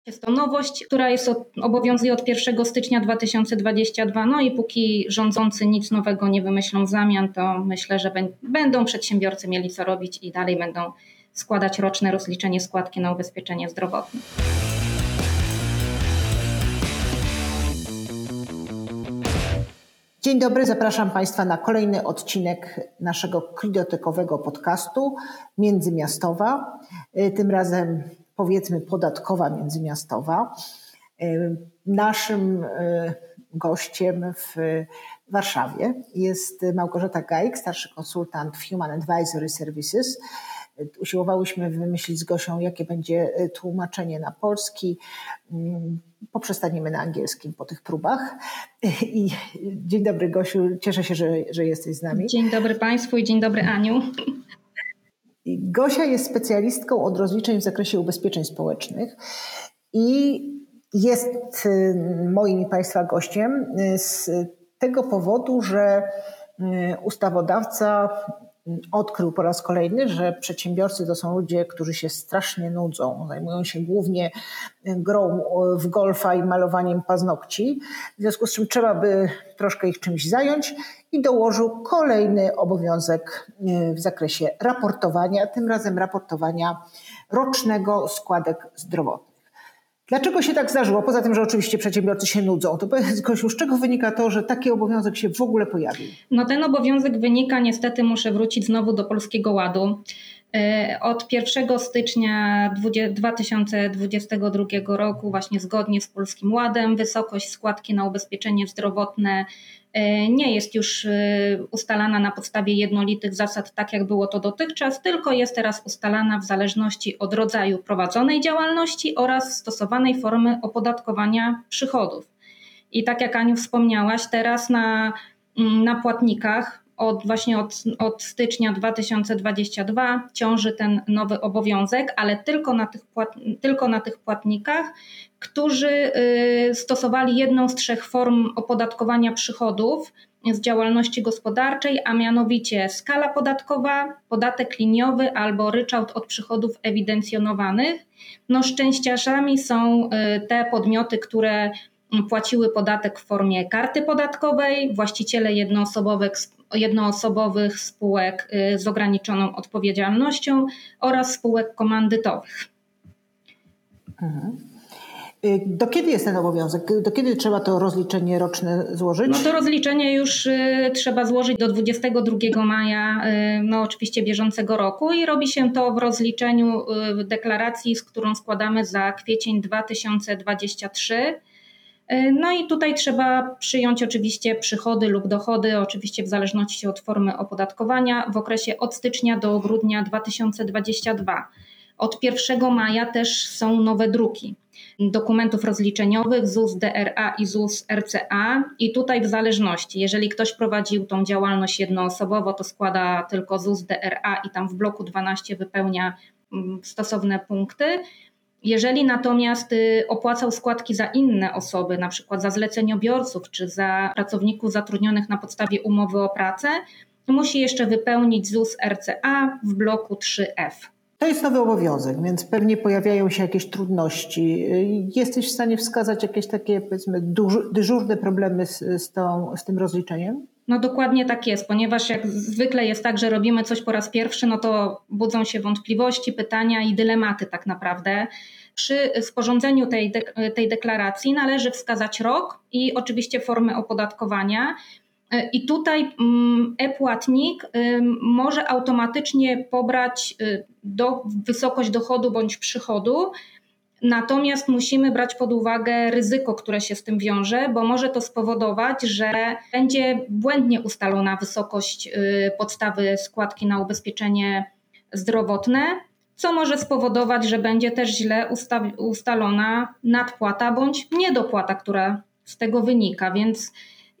Jest to nowość, która obowiązuje od 1 stycznia 2022. No i póki rządzący nic nowego nie wymyślą w zamian, to myślę, że będą przedsiębiorcy mieli co robić i dalej będą składać roczne rozliczenie składki na ubezpieczenie zdrowotne. Dzień dobry, zapraszam Państwa na kolejny odcinek naszego kridotekowego podcastu Międzymiastowa. Tym razem powiedzmy podatkowa międzymiastowa. Naszym gościem w Warszawie jest Małgorzata Gajek, starszy konsultant w Human Advisory Services. Usiłowałyśmy wymyślić z Gosią, jakie będzie tłumaczenie na polski. Poprzestaniemy na angielskim po tych próbach. I dzień dobry, Gosiu, cieszę się, że jesteś z nami. Dzień dobry Państwu i dzień dobry, Aniu. Gosia jest specjalistką od rozliczeń w zakresie ubezpieczeń społecznych i jest moim i Państwa gościem z tego powodu, że ustawodawca odkrył po raz kolejny, że przedsiębiorcy to są ludzie, którzy się strasznie nudzą, zajmują się głównie grą w golfa i malowaniem paznokci, w związku z czym trzeba by troszkę ich czymś zająć i dołożył kolejny obowiązek w zakresie raportowania, tym razem raportowania rocznego składek zdrowotnych. Dlaczego się tak zdarzyło? Poza tym, że oczywiście przedsiębiorcy się nudzą. To powiedz, Gosiu, z czego wynika to, że taki obowiązek się w ogóle pojawił? No ten obowiązek wynika, niestety muszę wrócić znowu do Polskiego Ładu. Od 1 stycznia 2022 roku właśnie zgodnie z Polskim Ładem wysokość składki na ubezpieczenie zdrowotne nie jest już ustalana na podstawie jednolitych zasad, tak jak było to dotychczas, tylko jest teraz ustalana w zależności od rodzaju prowadzonej działalności oraz stosowanej formy opodatkowania przychodów. I tak jak Aniu wspomniałaś, teraz na płatnikach od stycznia 2022 ciąży ten nowy obowiązek, ale tylko na tych płatnikach, którzy stosowali jedną z 3 form opodatkowania przychodów z działalności gospodarczej, a mianowicie skala podatkowa, podatek liniowy albo ryczałt od przychodów ewidencjonowanych. No, szczęściarzami są te podmioty, które płaciły podatek w formie karty podatkowej, właściciele jednoosobowych spółek z ograniczoną odpowiedzialnością oraz spółek komandytowych. Do kiedy jest ten obowiązek? Do kiedy trzeba to rozliczenie roczne złożyć? No to rozliczenie już trzeba złożyć do 22 maja, no oczywiście bieżącego roku i robi się to w rozliczeniu deklaracji, z którą składamy za kwiecień 2023. No i tutaj trzeba przyjąć oczywiście przychody lub dochody, oczywiście w zależności od formy opodatkowania w okresie od stycznia do grudnia 2022. Od 1 maja też są nowe druki dokumentów rozliczeniowych ZUS DRA i ZUS RCA i tutaj w zależności, jeżeli ktoś prowadził tą działalność jednoosobowo, to składa tylko ZUS DRA i tam w bloku 12 wypełnia stosowne punkty. Jeżeli natomiast opłacał składki za inne osoby, na przykład za zleceniobiorców czy za pracowników zatrudnionych na podstawie umowy o pracę, musi jeszcze wypełnić ZUS RCA w bloku 3F. To jest nowy obowiązek, więc pewnie pojawiają się jakieś trudności. Jesteś w stanie wskazać jakieś takie, powiedzmy, dyżurne problemy z tym rozliczeniem? No dokładnie tak jest, ponieważ jak zwykle jest tak, że robimy coś po raz pierwszy, no to budzą się wątpliwości, pytania i dylematy tak naprawdę. Przy sporządzeniu tej deklaracji należy wskazać rok i oczywiście formę opodatkowania. I tutaj e-płatnik może automatycznie pobrać wysokość dochodu bądź przychodu, natomiast musimy brać pod uwagę ryzyko, które się z tym wiąże, bo może to spowodować, że będzie błędnie ustalona wysokość podstawy składki na ubezpieczenie zdrowotne, co może spowodować, że będzie też źle ustalona nadpłata bądź niedopłata, która z tego wynika, więc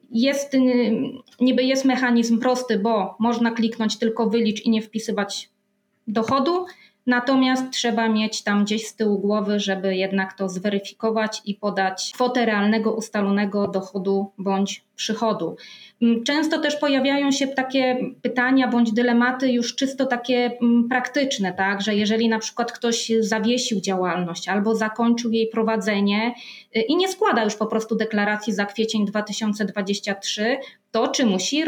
niby jest mechanizm prosty, bo można kliknąć tylko wylicz i nie wpisywać dochodu, Natomiast trzeba mieć tam gdzieś z tyłu głowy, żeby jednak to zweryfikować i podać kwotę realnego ustalonego dochodu bądź przychodu. Często też pojawiają się takie pytania bądź dylematy już czysto takie praktyczne, tak, że jeżeli na przykład ktoś zawiesił działalność albo zakończył jej prowadzenie i nie składa już po prostu deklaracji za kwiecień 2023, to czy musi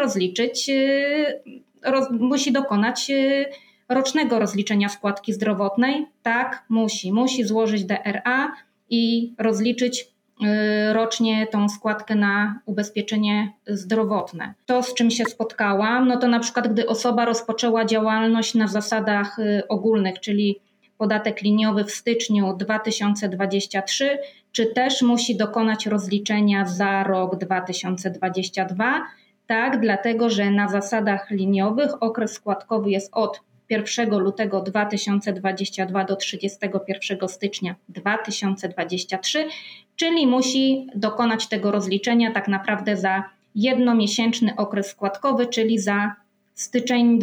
musi dokonać rocznego rozliczenia składki zdrowotnej? Tak, musi złożyć DRA i rozliczyć rocznie tą składkę na ubezpieczenie zdrowotne. To, z czym się spotkałam, no to na przykład gdy osoba rozpoczęła działalność na zasadach ogólnych, czyli podatek liniowy w styczniu 2023, czy też musi dokonać rozliczenia za rok 2022? Tak, dlatego że na zasadach liniowych okres składkowy jest od 1 lutego 2022 do 31 stycznia 2023, czyli musi dokonać tego rozliczenia tak naprawdę za jednomiesięczny okres składkowy, czyli za styczeń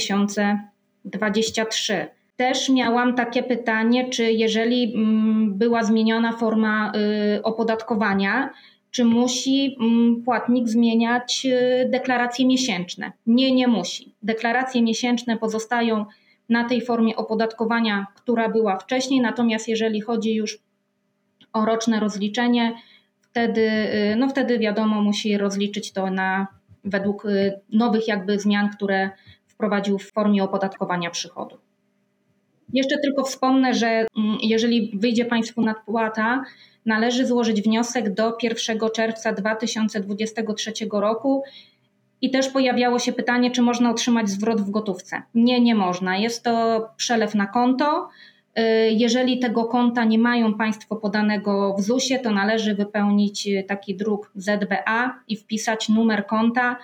2023. Też miałam takie pytanie, czy jeżeli była zmieniona forma opodatkowania, czy musi płatnik zmieniać deklaracje miesięczne? Nie musi. Deklaracje miesięczne pozostają na tej formie opodatkowania, która była wcześniej, natomiast jeżeli chodzi już o roczne rozliczenie, wtedy wiadomo, musi rozliczyć to według nowych jakby zmian, które wprowadził w formie opodatkowania przychodu. Jeszcze tylko wspomnę, że jeżeli wyjdzie Państwu nadpłata, należy złożyć wniosek do 1 czerwca 2023 roku i też pojawiało się pytanie, czy można otrzymać zwrot w gotówce. Nie można. Jest to przelew na konto. Jeżeli tego konta nie mają Państwo podanego w ZUS-ie, to należy wypełnić taki druk ZBA i wpisać numer konta,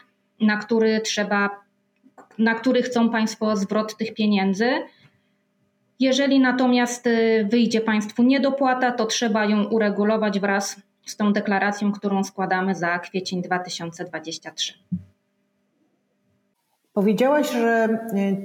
na który chcą Państwo zwrot tych pieniędzy. Jeżeli natomiast wyjdzie Państwu niedopłata, to trzeba ją uregulować wraz z tą deklaracją, którą składamy za kwiecień 2023. Powiedziałaś, że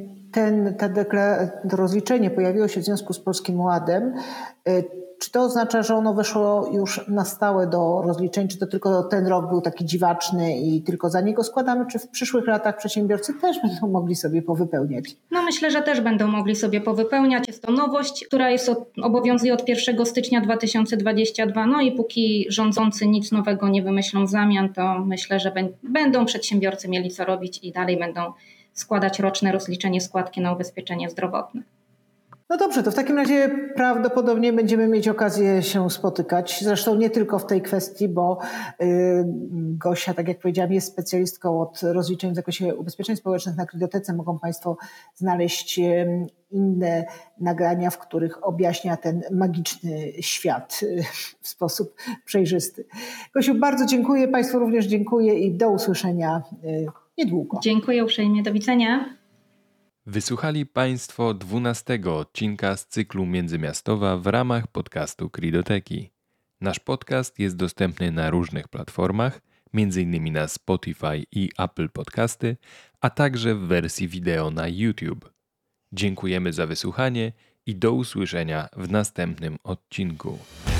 to rozliczenie pojawiło się w związku z Polskim Ładem. Czy to oznacza, że ono weszło już na stałe do rozliczeń? Czy to tylko ten rok był taki dziwaczny i tylko za niego składamy? Czy w przyszłych latach przedsiębiorcy też będą mogli sobie powypełniać? No myślę, że też będą mogli sobie powypełniać. Jest to nowość, która obowiązuje od 1 stycznia 2022. No i póki rządzący nic nowego nie wymyślą w zamian, to myślę, że będą przedsiębiorcy mieli co robić i dalej będą składać roczne rozliczenie składki na ubezpieczenie zdrowotne. No dobrze, to w takim razie prawdopodobnie będziemy mieć okazję się spotykać. Zresztą nie tylko w tej kwestii, bo Gosia, tak jak powiedziałam, jest specjalistką od rozliczeń w zakresie ubezpieczeń społecznych. Na Cridotece mogą Państwo znaleźć inne nagrania, w których objaśnia ten magiczny świat w sposób przejrzysty. Gosiu, bardzo dziękuję, Państwu również dziękuję i do usłyszenia niedługo. Dziękuję uprzejmie, do widzenia. Wysłuchali Państwo 12 odcinka z cyklu Międzymiastowa w ramach podcastu Cridoteki. Nasz podcast jest dostępny na różnych platformach, m.in. na Spotify i Apple Podcasty, a także w wersji wideo na YouTube. Dziękujemy za wysłuchanie i do usłyszenia w następnym odcinku.